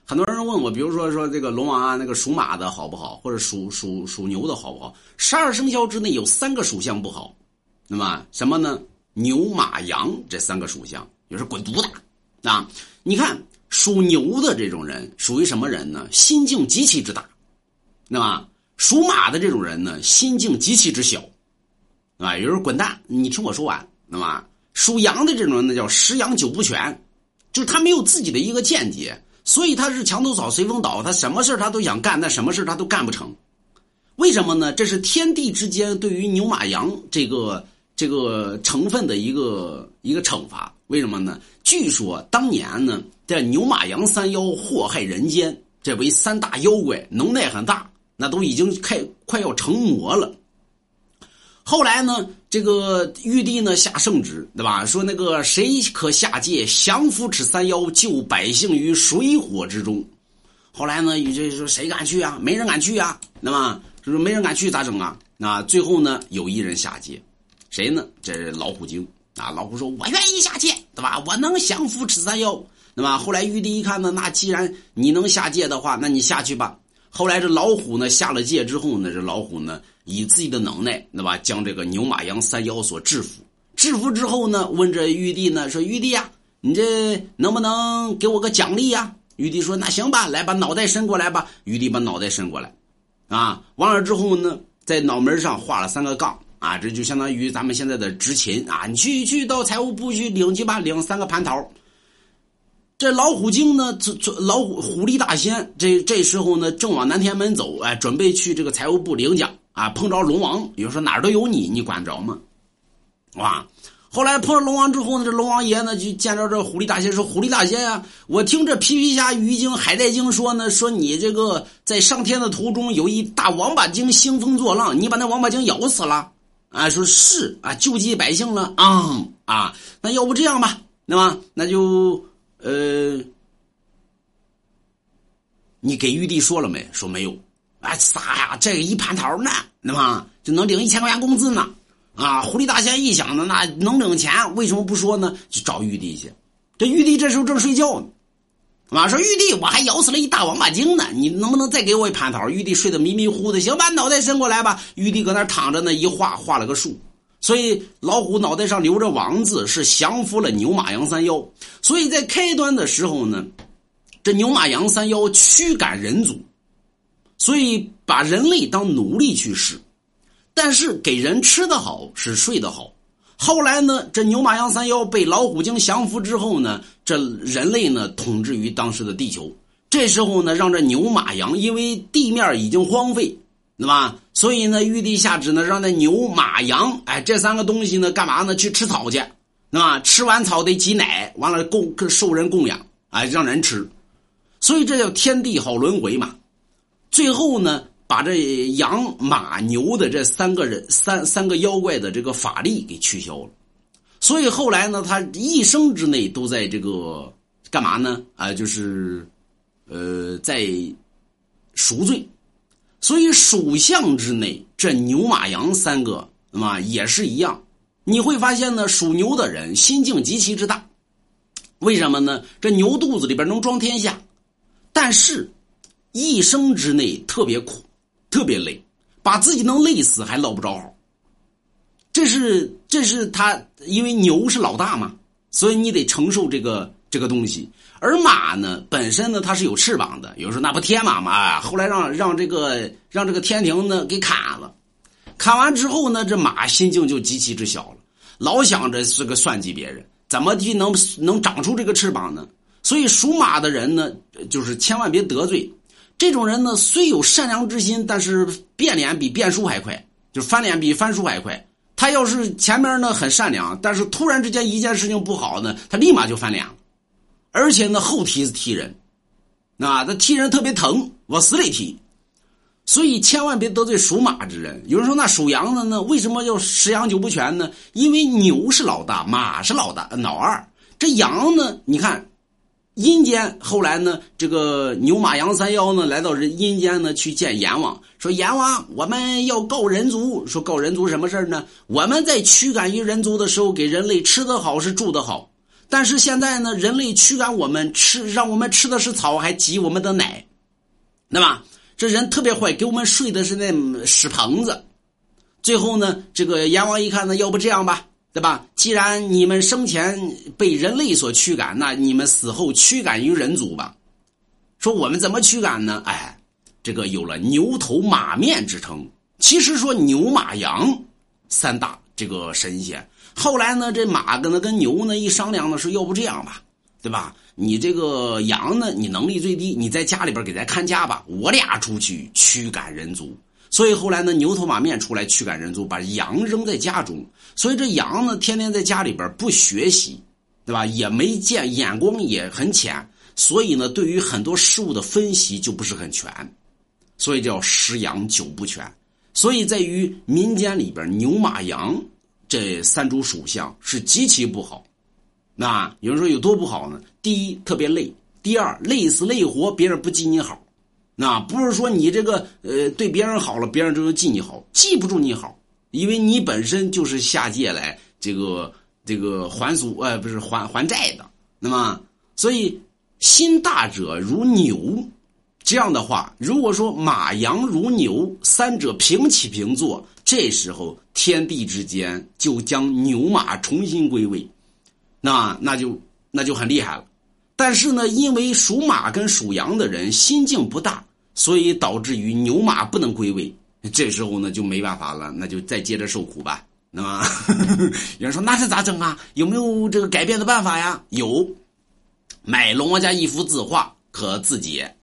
很多人问我，比如说这个龙王啊，那个属马的好不好，或者属牛的好不好？12生肖之内有3个属相不好，那么什么呢？牛马羊这3个属相，也是滚犊子啊！你看属牛的这种人属于什么人呢？心境极其之大。那么属马的这种人呢，心境极其之小，啊，有人滚蛋，你听我说完。那么属羊的这种人呢，叫十羊九不全，就是他没有自己的一个见解，所以他是墙头草随风倒，他什么事他都想干，但什么事他都干不成。为什么呢？这是天地之间对于牛马羊这个成分的一个惩罚。为什么呢？据说当年呢，这牛马羊3妖祸害人间，这为3大妖怪，能耐很大，那都已经快要成魔了。后来呢，这个玉帝呢下圣旨，对吧？说那个谁可下界降服此3妖，救百姓于水火之中。后来呢，这说谁敢去啊？没人敢去啊，那么说没人敢去咋整啊？那最后呢，有一人下界，谁呢？这是老虎精啊！老虎说：“我愿意下界，对吧？我能降服此3妖。”那么后来玉帝一看呢，那既然你能下界的话，那你下去吧。后来这老虎呢下了界之后呢，这老虎呢以自己的能耐，对吧，将这个牛马羊3妖所制服。制服之后呢，问这玉帝呢说：“玉帝呀，你这能不能给我个奖励呀？”玉帝说：“那行吧，来把脑袋伸过来吧。”玉帝把脑袋伸过来，啊，完了之后呢，在脑门上画了3个杠，啊，这就相当于咱们现在的执勤啊，你去到财务部去领去吧，领3个蟠桃。这老虎精呢，虎力大仙，这时候呢，正往南天门走，哎，准备去这个财务部领奖啊，碰着龙王，有人说哪儿都有你管着吗？哇！后来碰到龙王之后呢，这龙王爷呢就见着这虎力大仙，说：“虎力大仙啊，我听这皮皮虾、鱼精、海带精说呢，说你这个在上天的途中有一大王八精兴风作浪，你把那王八精咬死了啊？”说是啊，救济百姓了啊，那要不这样吧，那么那就。你给玉帝说了没？说没有。哎，啥呀？这个一蟠桃呢，那么就能领1000块钱工资呢。啊，狐狸大仙一想呢，那能领钱，为什么不说呢？就找玉帝去。这玉帝这时候正睡觉呢，啊，说玉帝，我还咬死了一大王八精呢，你能不能再给我一蟠桃？玉帝睡得迷迷糊的，行吧，脑袋伸过来吧。玉帝搁那躺着呢，一画了个树。所以老虎脑袋上留着王字，是降服了牛马羊3妖。所以在开端的时候呢，这牛马羊3妖驱赶人族，所以把人类当奴隶去使，但是给人吃得好，是睡得好。后来呢，这牛马羊3妖被老虎精降服之后呢，这人类呢统治于当时的地球。这时候呢，让这牛马羊，因为地面已经荒废，对吧？所以呢，玉帝下旨呢，让那牛马羊，哎，这3个东西呢，干嘛呢？去吃草去，对吧？吃完草得挤奶，完了受人供养，哎，让人吃。所以这叫天地好轮回嘛。最后呢，把这羊马牛的这3个妖怪的这个法力给取消了。所以后来呢，他一生之内都在这个干嘛呢？啊，就是在赎罪。所以属相之内，这牛马羊3个，那么也是一样。你会发现呢，属牛的人心境极其之大。为什么呢？这牛肚子里边能装天下，但是一生之内特别苦，特别累，把自己能累死还落不着好。这是他，因为牛是老大嘛，所以你得承受这个东西。而马呢，本身呢它是有翅膀的，有人说那不天马嘛，后来让这个天庭呢给砍了。砍完之后呢，这马心境就极其之小了，老想着是个算计别人，怎么去能长出这个翅膀呢？所以属马的人呢，就是千万别得罪这种人呢。虽有善良之心，但是变脸比变书还快，就翻脸比翻书还快。他要是前面呢很善良，但是突然之间一件事情不好呢，他立马就翻脸了。而且呢，后踢是踢人，他踢人特别疼，往死里踢。所以千万别得罪属马之人。有人说那属羊的呢，为什么叫10羊9不全呢？因为牛是老大，马是老二。这羊呢，你看阴间，后来呢，这个牛马羊3妖呢来到阴间呢去见阎王，说阎王，我们要告人族。说告人族什么事呢？我们在驱赶于人族的时候，给人类吃得好，是住得好。 但是现在呢，人类驱赶我们让我们吃的是草，还挤我们的奶，对吧？这人特别坏，给我们睡的是那屎棚子。最后呢，这个阎王一看呢，要不这样吧，对吧？既然你们生前被人类所驱赶，那你们死后驱赶于人族吧。说我们怎么驱赶呢？这个有了牛头马面之称。其实说牛马羊三大这个神仙，后来呢，这马跟牛呢一商量呢，说要不这样吧，对吧？你这个羊呢，你能力最低，你在家里边给咱看家吧，我俩出去驱赶人族。所以后来呢，牛头马面出来驱赶人族，把羊扔在家中。所以这羊呢，天天在家里边不学习，对吧？也没见，眼光也很浅，所以呢，对于很多事物的分析就不是很全，所以叫十羊九不全。所以在于民间里边，牛马羊这三株属相是极其不好。那有人说有多不好呢？第一，特别累；第二，累死累活，别人不记你好。那不是说你这个对别人好了，别人就记你好，记不住你好，因为你本身就是下界来这个还俗不是还债的。那么所以心大者如牛，这样的话，如果说马羊如牛，三者平起平坐，这时候天地之间就将牛马重新归位，那就很厉害了。但是呢，因为属马跟属羊的人心境不大，所以导致于牛马不能归位，这时候呢就没办法了，那就再接着受苦吧。那么有人说那是咋整啊？有没有这个改变的办法呀？有，买龙王家一幅字画可自解。